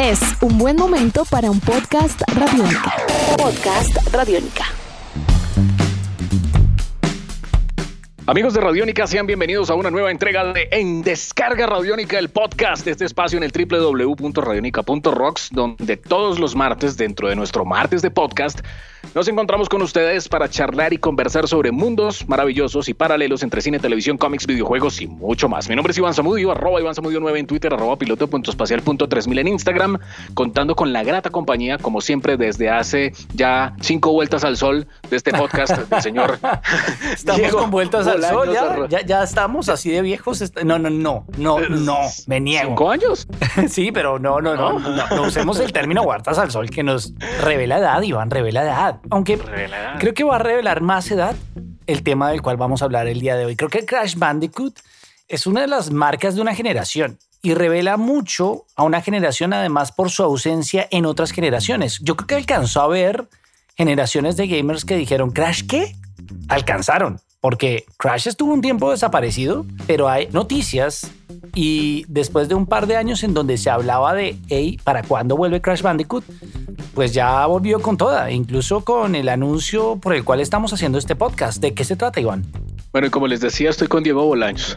Es un buen momento para un podcast Radiónica. Podcast Radiónica. Amigos de Radiónica, sean bienvenidos a una nueva entrega de En Descarga Radiónica, el podcast, este espacio en el www.radionica.rocks, donde todos los martes, dentro de nuestro martes de podcast, nos encontramos con ustedes para charlar y conversar sobre mundos maravillosos y paralelos entre cine, televisión, cómics, videojuegos y mucho más. Mi nombre es Iván Zamudio, @IvánZamudio9 en Twitter, @piloto.espacial.3000 en Instagram, contando con la grata compañía, como siempre, desde hace ya 5 vueltas al sol de este podcast, del señor Estamos Diego con vueltas al sol, Bolaños. ya estamos así de viejos. No, me niego. 5 años. Sí, pero no usemos el término vueltas al sol, que nos revela edad, Iván, revela edad. Aunque creo que va a revelar más edad el tema del cual vamos a hablar el día de hoy. Creo que Crash Bandicoot es una de las marcas de una generación y revela mucho a una generación, además por su ausencia en otras generaciones. Yo creo que alcanzó a ver generaciones de gamers que dijeron, ¿Crash qué? Alcanzaron, porque Crash estuvo un tiempo desaparecido, pero hay noticias y después de un par de años en donde se hablaba de, hey, ¿para cuándo vuelve Crash Bandicoot? Pues ya volvió con toda, incluso con el anuncio por el cual estamos haciendo este podcast. ¿De qué se trata, Iván? Bueno, y como les decía, estoy con Diego Bolaños.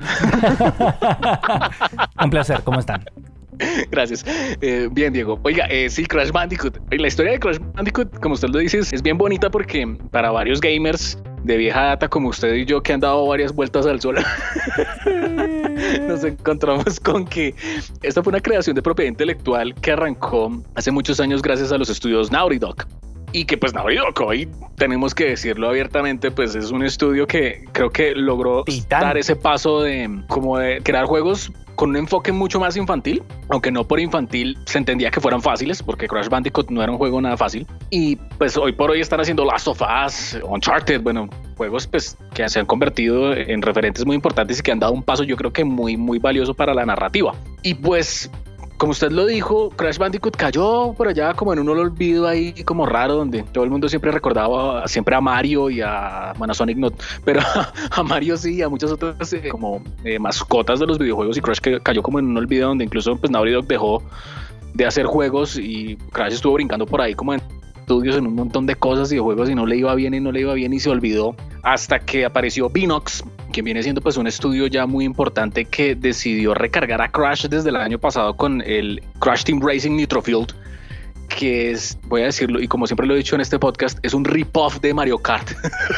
Un placer, ¿cómo están? Gracias. Bien, Diego. Oiga, sí, Crash Bandicoot. La historia de Crash Bandicoot, como usted lo dice, es bien bonita porque para varios gamers de vieja data como usted y yo que han dado varias vueltas al sol, nos encontramos con que esta fue una creación de propiedad intelectual que arrancó hace muchos años gracias a los estudios Naughty Dog. Y que pues Naughty Dog, hoy tenemos que decirlo abiertamente, pues es un estudio que creo que logró dar ese paso de como de crear juegos con un enfoque mucho más infantil, aunque no por infantil se entendía que fueran fáciles, porque Crash Bandicoot no era un juego nada fácil. Y pues hoy por hoy están haciendo Last of Us, Uncharted, bueno, juegos pues que se han convertido en referentes muy importantes y que han dado un paso yo creo que muy valioso para la narrativa. Y pues, como usted lo dijo, Crash Bandicoot cayó por allá como en un olvido ahí como raro, donde todo el mundo siempre recordaba siempre a Mario y a Sonic no, pero a Mario sí, a muchas otras como mascotas de los videojuegos, y Crash que cayó como en un olvido donde incluso pues Naughty Dog dejó de hacer juegos y Crash estuvo brincando por ahí como en estudios en un montón de cosas y de juegos y no le iba bien y se olvidó hasta que apareció Beenox, quien viene siendo pues un estudio ya muy importante que decidió recargar a Crash desde el año pasado con el Crash Team Racing Nitro Fueled, que es, voy a decirlo y como siempre lo he dicho en este podcast, es un rip-off de Mario Kart.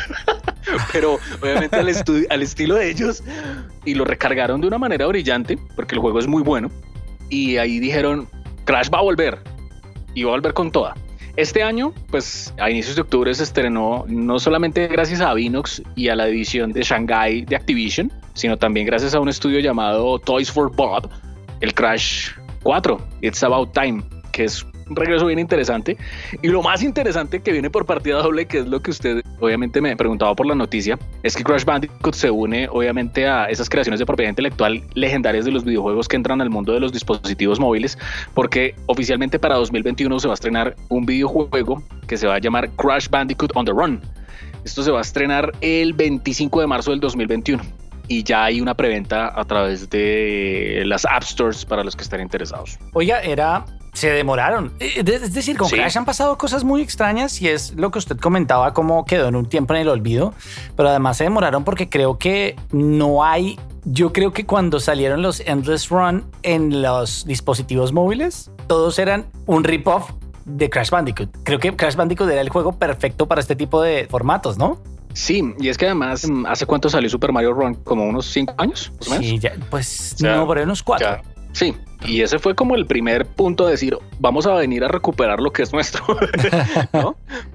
Pero obviamente al estilo de ellos, y lo recargaron de una manera brillante porque el juego es muy bueno y ahí dijeron, Crash va a volver y va a volver con toda. Este año, pues a inicios de octubre se estrenó no solamente gracias a Beenox y a la división de Shanghai de Activision, sino también gracias a un estudio llamado Toys for Bob, el Crash 4, It's About Time, que es un regreso bien interesante. Y lo más interesante que viene por partida doble, que es lo que usted obviamente me preguntaba por la noticia, es que Crash Bandicoot se une obviamente a esas creaciones de propiedad intelectual legendarias de los videojuegos que entran al mundo de los dispositivos móviles, porque oficialmente para 2021 se va a estrenar un videojuego que se va a llamar Crash Bandicoot on the Run. Esto se va a estrenar el 25 de marzo del 2021 y ya hay una preventa a través de las App Stores para los que estén interesados. Oiga, se demoraron. Es decir, con Crash han pasado cosas muy extrañas y es lo que usted comentaba, cómo quedó en un tiempo en el olvido, pero además se demoraron porque creo que no hay... Yo creo que cuando salieron los Endless Run en los dispositivos móviles, todos eran un rip-off de Crash Bandicoot. Creo que Crash Bandicoot era el juego perfecto para este tipo de formatos, ¿no? Sí, y es que además, ¿hace cuánto salió Super Mario Run? ¿Como unos 5 años? Más o menos. Sí, ya, pues o sea, no, por ahí unos 4. Ya, sí, y ese fue como el primer punto de decir, vamos a venir a recuperar lo que es nuestro, ¿no?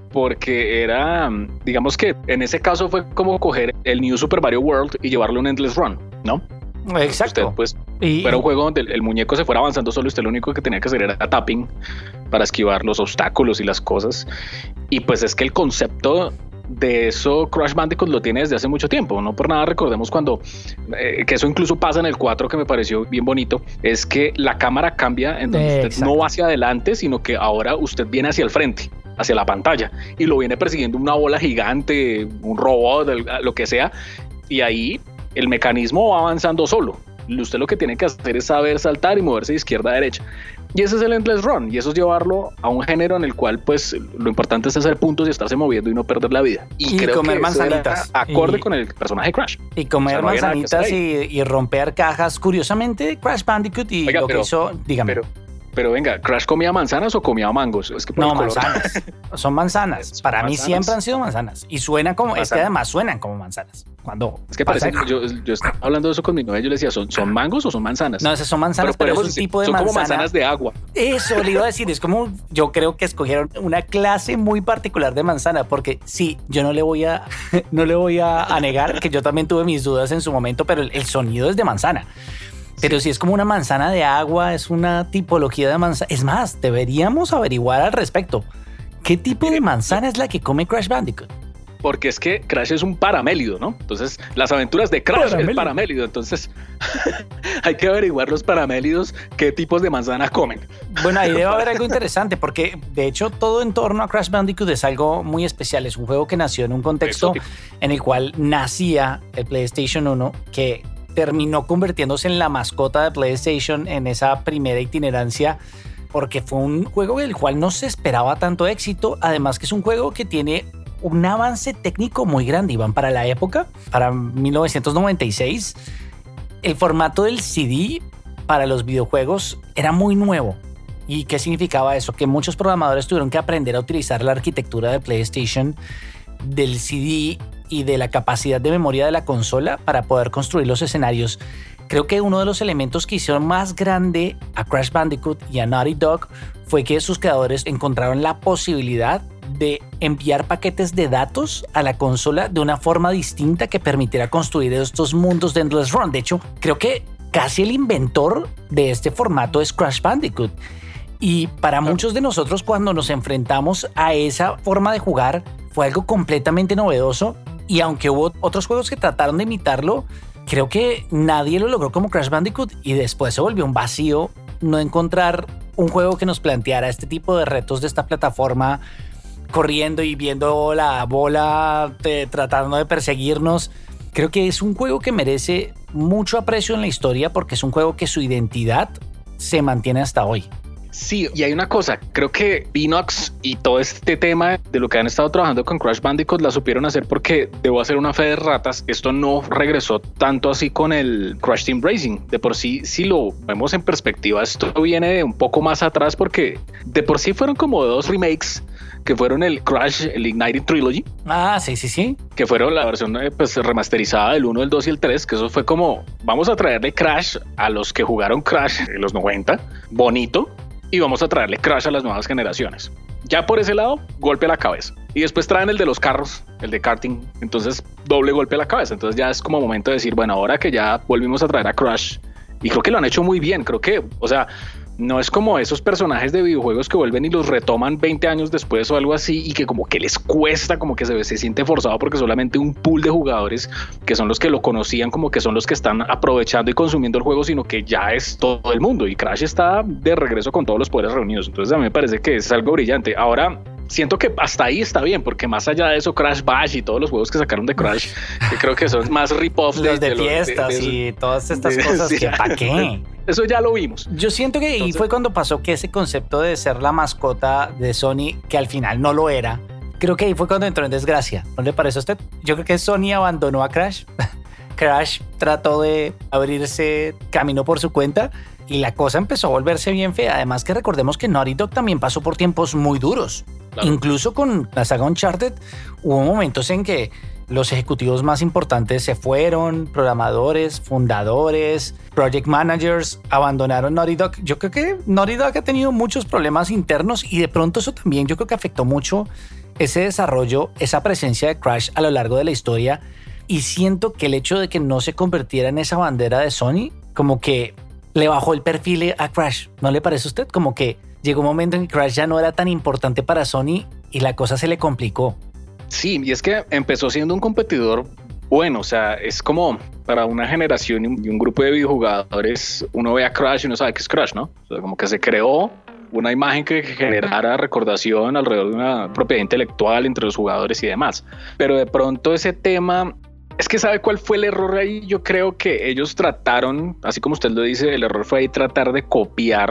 Porque era, digamos que en ese caso fue como coger el New Super Mario World y llevarlo a un Endless Run, ¿no? Exacto. Usted, pues, era un juego donde el muñeco se fuera avanzando solo, usted lo único que tenía que hacer era tapping para esquivar los obstáculos y las cosas. Y pues es que el concepto de eso Crash Bandicoot lo tiene desde hace mucho tiempo, no por nada recordemos cuando que eso incluso pasa en el 4, que me pareció bien bonito, es que la cámara cambia en donde usted no va hacia adelante, sino que ahora usted viene hacia el frente, hacia la pantalla, y lo viene persiguiendo una bola gigante, un robot, lo que sea, y ahí el mecanismo va avanzando solo. Usted lo que tiene que hacer es saber saltar y moverse de izquierda a derecha. Y ese es el endless run, y eso es llevarlo a un género en el cual pues lo importante es hacer puntos y estarse moviendo y no perder la vida. Y creo comer que manzanitas. Acorde con el personaje de Crash. Y comer manzanitas y romper cajas. Curiosamente, Crash Bandicoot y lo que hizo, dígame. Pero venga, ¿Crash comía manzanas o comía mangos? Es que no, manzanas. Son manzanas. Para mí siempre han sido manzanas. Y suena como, es que además suenan como manzanas. Cuando es que parece que yo estaba hablando de eso con mi novia, yo le decía, ¿son mangos o son manzanas? No, esas son manzanas, pero es un tipo de manzana. Son como manzanas de agua. Eso le iba a decir, es como, yo creo que escogieron una clase muy particular de manzana, porque sí, yo no le voy a negar que yo también tuve mis dudas en su momento, pero el sonido es de manzana. Pero si es como una manzana de agua, es una tipología de manzana. Es más, deberíamos averiguar al respecto. ¿Qué tipo de manzana es la que come Crash Bandicoot? Porque es que Crash es un paramélido, ¿no? Entonces, las aventuras de Crash es paramélido. Entonces, hay que averiguar los paramélidos qué tipos de manzana comen. Bueno, ahí debe haber algo interesante, porque de hecho todo en torno a Crash Bandicoot es algo muy especial. Es un juego que nació en un contexto en el cual nacía el PlayStation 1, que terminó convirtiéndose en la mascota de PlayStation en esa primera itinerancia, porque fue un juego del cual no se esperaba tanto éxito. Además que es un juego que tiene un avance técnico muy grande, Iván, para la época, para 1996. El formato del CD para los videojuegos era muy nuevo. ¿Y qué significaba eso? Que muchos programadores tuvieron que aprender a utilizar la arquitectura de PlayStation, del CD y de la capacidad de memoria de la consola para poder construir los escenarios. Creo que uno de los elementos que hicieron más grande a Crash Bandicoot y a Naughty Dog fue que sus creadores encontraron la posibilidad de enviar paquetes de datos a la consola de una forma distinta que permitiera construir estos mundos de Endless Run. De hecho, creo que casi el inventor de este formato es Crash Bandicoot. Y para muchos de nosotros, cuando nos enfrentamos a esa forma de jugar, fue algo completamente novedoso. Y aunque hubo otros juegos que trataron de imitarlo, creo que nadie lo logró como Crash Bandicoot, y después se volvió un vacío no encontrar un juego que nos planteara este tipo de retos de esta plataforma, corriendo y viendo la bola tratando de perseguirnos. Creo que es un juego que merece mucho aprecio en la historia, porque es un juego que su identidad se mantiene hasta hoy. Sí, y hay una cosa, creo que Beenox y todo este tema de lo que han estado trabajando con Crash Bandicoot la supieron hacer, porque debo hacer una fe de ratas, esto no regresó tanto así con el Crash Team Racing. De por sí, si lo vemos en perspectiva, esto viene de un poco más atrás, porque de por sí fueron como 2 remakes que fueron el Crash, el Ignited Trilogy. Ah, sí. Que fueron la versión pues remasterizada del 1, el 2 y el 3, que eso fue como, vamos a traerle Crash a los que jugaron Crash en los 90, bonito, y vamos a traerle Crash a las nuevas generaciones. Ya por ese lado, golpe a la cabeza. Y después traen el de los carros, el de karting, entonces doble golpe a la cabeza. Entonces ya es como momento de decir, bueno, ahora que ya volvimos a traer a Crash, y creo que lo han hecho muy bien, creo que, o sea, no es como esos personajes de videojuegos que vuelven y los retoman 20 años después o algo así, y que como que les cuesta, como que se siente forzado, porque solamente un pool de jugadores que son los que lo conocían, como que son los que están aprovechando y consumiendo el juego, sino que ya es todo el mundo, y Crash está de regreso con todos los poderes reunidos. Entonces a mí me parece que es algo brillante. Ahora siento que hasta ahí está bien, porque más allá de eso, Crash Bash y todos los juegos que sacaron de Crash, que creo que son más rip-off los de fiestas y todas estas cosas, que ¿para qué? Eso ya lo vimos. Yo siento que ahí fue cuando pasó que ese concepto de ser la mascota de Sony, que al final no lo era, creo que ahí fue cuando entró en desgracia. ¿No le parece a usted? Yo creo que Sony abandonó a Crash. Crash trató de abrirse camino por su cuenta y la cosa empezó a volverse bien fea. Además que recordemos que Naughty Dog también pasó por tiempos muy duros. Claro. Incluso con la saga Uncharted hubo momentos en que los ejecutivos más importantes se fueron, programadores, fundadores, project managers, abandonaron Naughty Dog. Yo creo que Naughty Dog ha tenido muchos problemas internos, y de pronto eso también yo creo que afectó mucho ese desarrollo, esa presencia de Crash a lo largo de la historia. Y siento que el hecho de que no se convirtiera en esa bandera de Sony, como que le bajó el perfil a Crash. ¿No le parece a usted? Como que llegó un momento en que Crash ya no era tan importante para Sony y la cosa se le complicó. Sí, y es que empezó siendo un competidor bueno, o sea, es como para una generación y un grupo de videojugadores, uno ve a Crash y uno sabe que es Crash, ¿no? O sea, como que se creó una imagen que generara recordación alrededor de una propiedad intelectual entre los jugadores y demás. Pero de pronto ese tema, es que ¿sabe cuál fue el error ahí? Yo creo que ellos trataron, así como usted lo dice, el error fue ahí tratar de copiar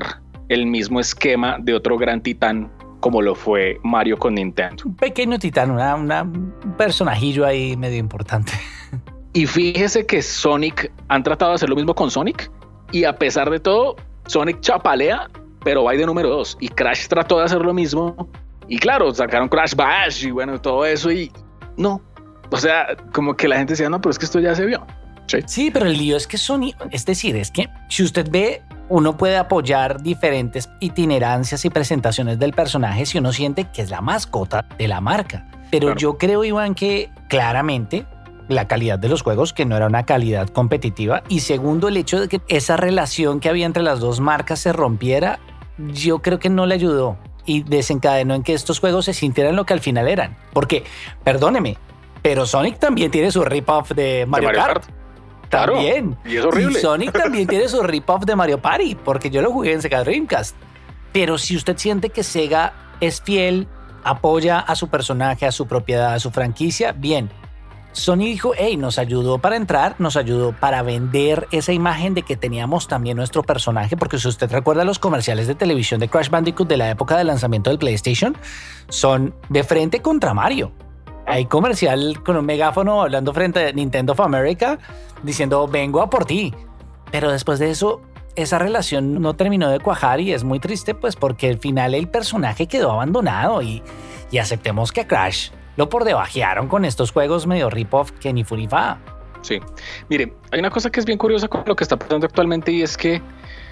el mismo esquema de otro gran titán como lo fue Mario con Nintendo. Un pequeño titán, un personajillo ahí medio importante. Y fíjese que Sonic han tratado de hacer lo mismo con Sonic y a pesar de todo, Sonic chapalea, pero va de número 2 y Crash trató de hacer lo mismo y claro, sacaron Crash Bash y bueno, todo eso y no, o sea, como que la gente decía, no, pero es que esto ya se vio. Sí, pero el lío es que Sony, es decir, es que si usted ve, uno puede apoyar diferentes itinerancias y presentaciones del personaje si uno siente que es la mascota de la marca. Pero claro, yo creo, Iván, que claramente la calidad de los juegos, que no era una calidad competitiva, y segundo, el hecho de que esa relación que había entre las dos marcas se rompiera, yo creo que no le ayudó y desencadenó en que estos juegos se sintieran lo que al final eran. Porque, perdóneme, pero Sonic también tiene su rip-off de Mario Kart. Claro, también. Y es horrible. Y Sonic también tiene su rip-off de Mario Party, porque yo lo jugué en Sega Dreamcast. Pero si usted siente que Sega es fiel, apoya a su personaje, a su propiedad, a su franquicia, bien. Sony dijo, hey, nos ayudó para entrar, nos ayudó para vender esa imagen de que teníamos también nuestro personaje, porque si usted recuerda los comerciales de televisión de Crash Bandicoot de la época del lanzamiento del PlayStation, son de frente contra Mario. Hay comercial con un megáfono hablando frente a Nintendo of America diciendo vengo a por ti. Pero después de eso, esa relación no terminó de cuajar y es muy triste pues porque al final el personaje quedó abandonado y aceptemos que a Crash lo por debajearon con estos juegos medio rip-off que ni fu ni fa. Sí, mire, hay una cosa que es bien curiosa con lo que está pasando actualmente y es que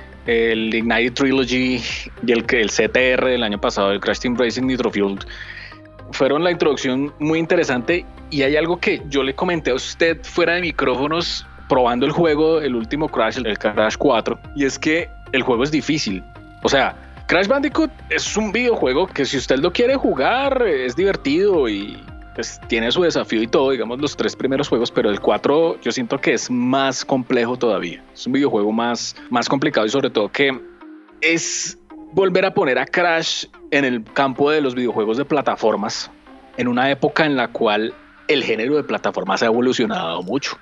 el Ignited Trilogy y el CTR del año pasado, el Crash Team Racing Nitro Fueled, fueron la introducción muy interesante y hay algo que yo le comenté a usted fuera de micrófonos probando el juego, el último Crash, el Crash 4, y es que el juego es difícil. O sea, Crash Bandicoot es un videojuego que si usted lo quiere jugar es divertido y pues tiene su desafío y todo, digamos los 3 primeros juegos, pero el 4 yo siento que es más complejo todavía. Es un videojuego más complicado y sobre todo que es volver a poner a Crash en el campo de los videojuegos de plataformas en una época en la cual el género de plataformas ha evolucionado mucho.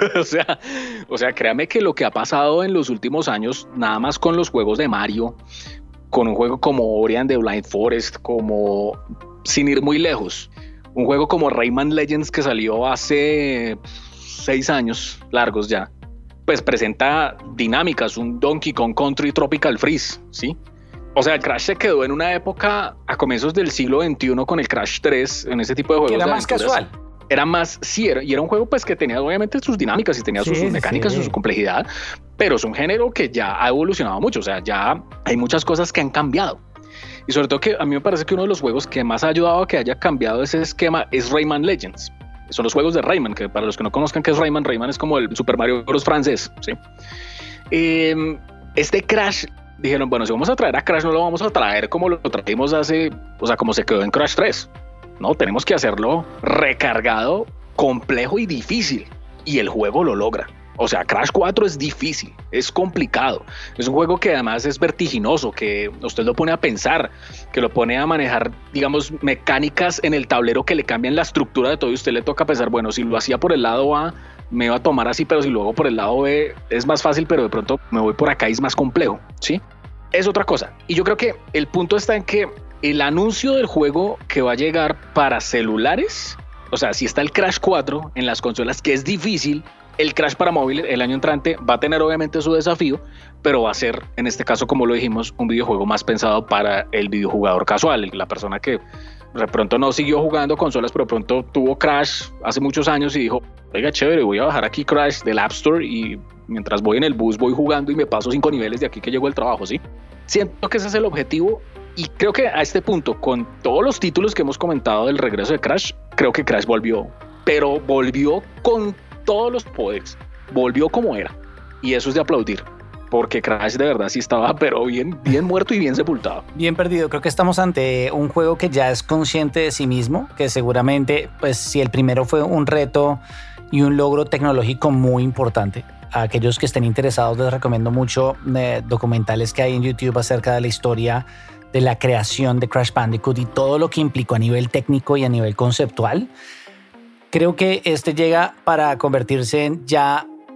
o sea, créame que lo que ha pasado en los últimos años, nada más con los juegos de Mario, con un juego como Ori and the Blind Forest, como, sin ir muy lejos, un juego como Rayman Legends que salió hace 6 años largos ya, pues presenta dinámicas, un Donkey Kong Country Tropical Freeze, ¿sí? O sea, el Crash se quedó en una época a comienzos del siglo XXI con el Crash 3, en ese tipo de juegos. Que era de más casual. Era más, sí, y era un juego pues que tenía obviamente sus dinámicas y tenía sus mecánicas, su complejidad, pero es un género que ya ha evolucionado mucho, o sea, ya hay muchas cosas que han cambiado. Y sobre todo que a mí me parece que uno de los juegos que más ha ayudado a que haya cambiado ese esquema es Rayman Legends. Son los juegos de Rayman, que para los que no conozcan qué es Rayman, Rayman es como el Super Mario Bros. Francés, ¿sí? Este Crash, dijeron, bueno, si vamos a traer a Crash, no lo vamos a traer como lo trajimos hace, o sea, como se quedó en Crash 3. No, tenemos que hacerlo recargado, complejo y difícil. Y el juego lo logra. O sea, Crash 4 es difícil, es complicado. Es un juego que además es vertiginoso, que usted lo pone a pensar, que lo pone a manejar, digamos, mecánicas en el tablero que le cambian la estructura de todo y usted le toca pensar, bueno, si lo hacía por el lado A, me iba a tomar así, pero si lo hago por el lado B, es más fácil, pero de pronto me voy por acá y es más complejo, ¿sí? Es otra cosa. Y yo creo que el punto está en que el anuncio del juego que va a llegar para celulares, o sea, si está el Crash 4 en las consolas, que es difícil, el Crash para móvil el año entrante va a tener obviamente su desafío, pero va a ser, en este caso, como lo dijimos, un videojuego más pensado para el videojugador casual, la persona que de pronto no siguió jugando consolas, pero de pronto tuvo Crash hace muchos años y dijo, oiga, chévere, voy a bajar aquí Crash del App Store y mientras voy en el bus voy jugando y me paso 5 niveles de aquí que llego al trabajo, ¿sí? Siento que ese es el objetivo y creo que a este punto, con todos los títulos que hemos comentado del regreso de Crash, creo que Crash volvió, pero volvió con todos los poderes, volvió como era y eso es de aplaudir. Porque Crash de verdad sí estaba pero bien muerto y bien sepultado. Bien perdido. Creo que estamos ante un juego que ya es consciente de sí mismo, que seguramente, pues si el primero fue un reto y un logro tecnológico muy importante. A aquellos que estén interesados les recomiendo mucho documentales que hay en YouTube acerca de la historia de la creación de Crash Bandicoot y todo lo que implicó a nivel técnico y a nivel conceptual. Creo que este llega para convertirse en ya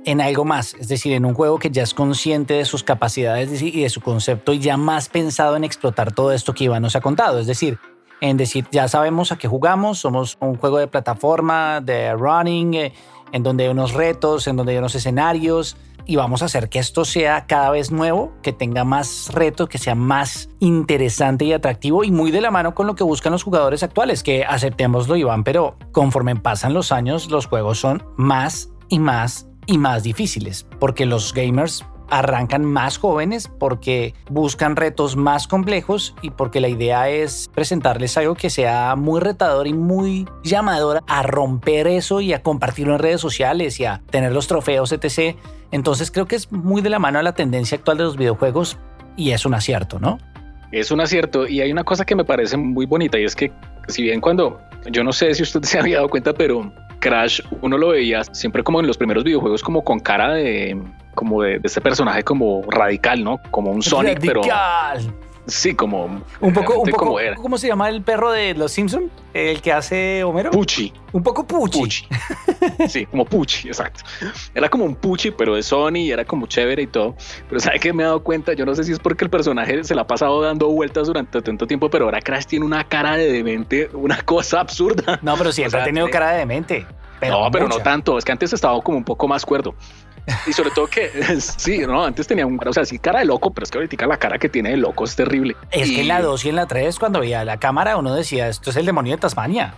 en algo más, es decir, en un juego que ya es consciente de sus capacidades y de su concepto y ya más pensado en explotar todo esto que Iván nos ha contado, es decir, en decir, ya sabemos a qué jugamos, somos un juego de plataforma, de running, en donde hay unos retos, en donde hay unos escenarios, y vamos a hacer que esto sea cada vez nuevo, que tenga más retos, que sea más interesante y atractivo y muy de la mano con lo que buscan los jugadores actuales, que aceptémoslo, Iván, pero conforme pasan los años, los juegos son más y más y más difíciles, porque los gamers arrancan más jóvenes, porque buscan retos más complejos y porque la idea es presentarles algo que sea muy retador y muy llamador a romper eso y a compartirlo en redes sociales y a tener los trofeos, etc. Entonces creo que es muy de la mano a la tendencia actual de los videojuegos y es un acierto, ¿no? Es un acierto y hay una cosa que me parece muy bonita y es que si bien cuando, yo no sé si usted se había dado cuenta, pero Crash uno lo veía siempre como en los primeros videojuegos como con cara de este personaje como radical, ¿no? Como un Sonic, radical. Pero sí, como un poco ¿cómo se llama el perro de los Simpsons? El que hace Homero. Pucci. Un poco Pucci. Sí, como Pucci, exacto. Era como un Pucci, pero de Sony, era como chévere y todo. Pero ¿sabe qué me he dado cuenta? Yo no sé si es porque el personaje se la ha pasado dando vueltas durante tanto tiempo, pero ahora Crash tiene una cara de demente, una cosa absurda. No, pero siempre ha tenido cara de demente. Pero no tanto, es que antes estaba como un poco más cuerdo. Y sobre todo que, sí, no, antes tenía sí, cara de loco, pero es que ahorita la cara que tiene de loco es terrible. Es que en la 2 y en la 3, cuando veía la cámara, uno decía, esto es el demonio de Tasmania.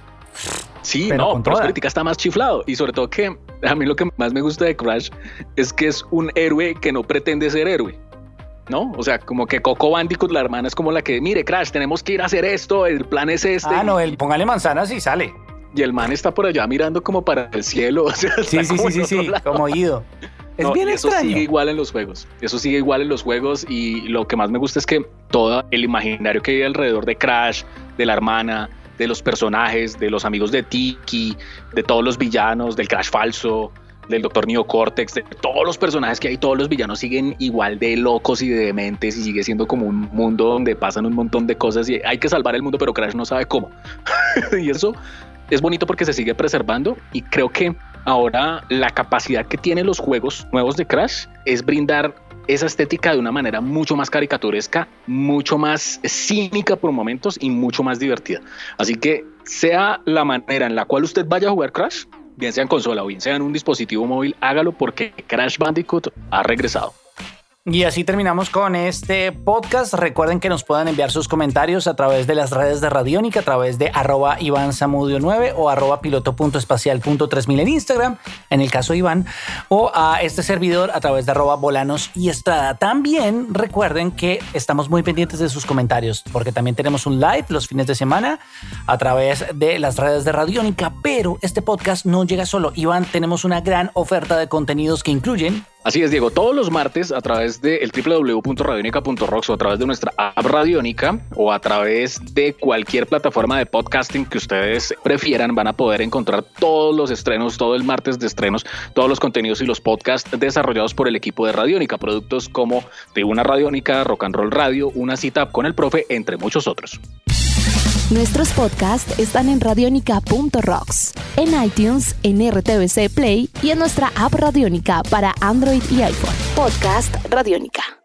Sí, pero es que ahorita está más chiflado. Y sobre todo que a mí lo que más me gusta de Crash es que es un héroe que no pretende ser héroe, ¿no? O sea, como que Coco Bandicoot, la hermana, es como la que, mire, Crash, tenemos que ir a hacer esto, el plan es este. Ah, no, póngale manzanas y sale. Y el man está por allá mirando como para el cielo. O sea, sí, como ido. Es bien extraño. Eso sigue igual en los juegos. Eso sigue igual en los juegos y lo que más me gusta es que todo el imaginario que hay alrededor de Crash, de la hermana, de los personajes, de los amigos de Tiki, de todos los villanos, del Crash falso, del Dr. Neo Cortex, de todos los personajes que hay, todos los villanos siguen igual de locos y de dementes y sigue siendo como un mundo donde pasan un montón de cosas y hay que salvar el mundo, pero Crash no sabe cómo. Y eso es bonito porque se sigue preservando y creo que ahora la capacidad que tienen los juegos nuevos de Crash es brindar esa estética de una manera mucho más caricaturesca, mucho más cínica por momentos y mucho más divertida. Así que sea la manera en la cual usted vaya a jugar Crash, bien sea en consola o bien sea en un dispositivo móvil, hágalo porque Crash Bandicoot ha regresado. Y así terminamos con este podcast. Recuerden que nos puedan enviar sus comentarios a través de las redes de Radiónica, a través de @IvánZamudio9 o @piloto.espacial.3000 en Instagram, en el caso de Iván, o a este servidor a través de @Bolanos y Estrada. También recuerden que estamos muy pendientes de sus comentarios, porque también tenemos un live los fines de semana a través de las redes de Radiónica, pero este podcast no llega solo. Iván, tenemos una gran oferta de contenidos que incluyen... Así es, Diego, todos los martes a través del www.radionica.rocks o a través de nuestra app Radiónica o a través de cualquier plataforma de podcasting que ustedes prefieran, van a poder encontrar todos los estrenos, todo el martes de estrenos, todos los contenidos y los podcasts desarrollados por el equipo de Radiónica, productos como Tribuna Radiónica, Rock and Roll Radio, Una Cita con el Profe, entre muchos otros. Nuestros podcasts están en radionica.rocks, en iTunes, en RTVC Play y en nuestra app Radiónica para Android y iPhone. Podcast Radiónica.